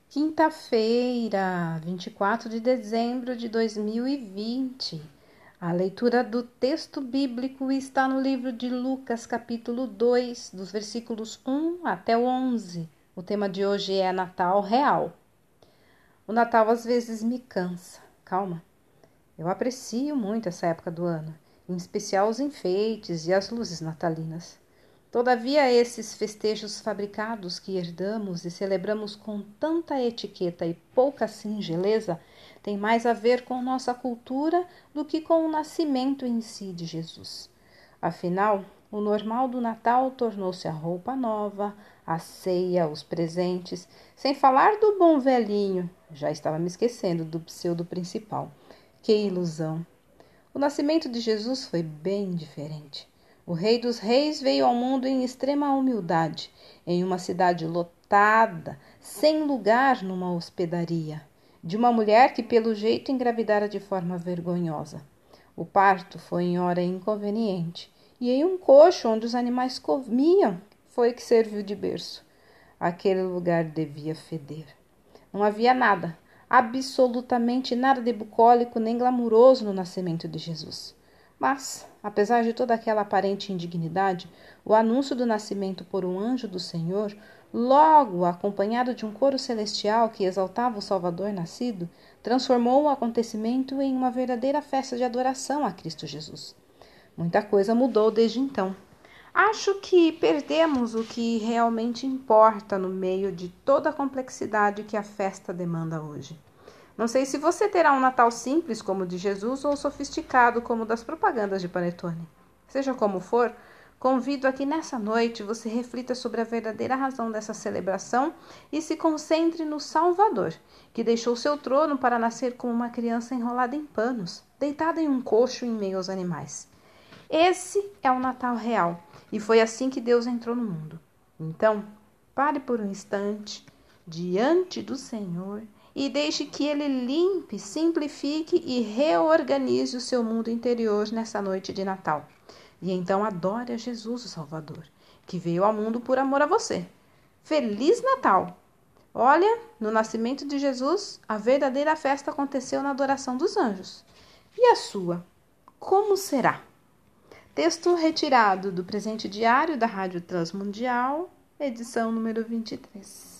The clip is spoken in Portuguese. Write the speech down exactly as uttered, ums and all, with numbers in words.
Quinta-feira, vinte e quatro de dezembro de dois mil e vinte. A leitura do texto bíblico está no livro de Lucas, capítulo dois, dos versículos um até o onze. O tema de hoje é Natal Real. O Natal às vezes me cansa. Calma. Eu aprecio muito essa época do ano, em especial os enfeites e as luzes natalinas. Todavia, esses festejos fabricados que herdamos e celebramos com tanta etiqueta e pouca singeleza têm mais a ver com nossa cultura do que com o nascimento em si de Jesus. Afinal, o normal do Natal tornou-se a roupa nova, a ceia, os presentes, sem falar do bom velhinho. Já estava me esquecendo do pseudo principal. Que ilusão! O nascimento de Jesus foi bem diferente. O Rei dos Reis veio ao mundo em extrema humildade, em uma cidade lotada, sem lugar numa hospedaria, de uma mulher que pelo jeito engravidara de forma vergonhosa. O parto foi em hora inconveniente, e em um coxo onde os animais comiam foi que serviu de berço. Aquele lugar devia feder. Não havia nada, absolutamente nada de bucólico nem glamuroso no nascimento de Jesus. Mas, apesar de toda aquela aparente indignidade, o anúncio do nascimento por um anjo do Senhor, logo acompanhado de um coro celestial que exaltava o Salvador nascido, transformou o acontecimento em uma verdadeira festa de adoração a Cristo Jesus. Muita coisa mudou desde então. Acho que perdemos o que realmente importa no meio de toda a complexidade que a festa demanda hoje. Não sei se você terá um Natal simples como o de Jesus ou sofisticado como o das propagandas de Panetone. Seja como for, convido a que nessa noite você reflita sobre a verdadeira razão dessa celebração e se concentre no Salvador, que deixou seu trono para nascer como uma criança enrolada em panos, deitada em um coxo em meio aos animais. Esse é o Natal real, e foi assim que Deus entrou no mundo. Então, pare por um instante diante do Senhor e deixe que Ele limpe, simplifique e reorganize o seu mundo interior nessa noite de Natal. E então adore a Jesus, o Salvador, que veio ao mundo por amor a você. Feliz Natal! Olha, no nascimento de Jesus, a verdadeira festa aconteceu na adoração dos anjos. E a sua? Como será? Texto retirado do presente diário da Rádio Transmundial, edição número vinte e três.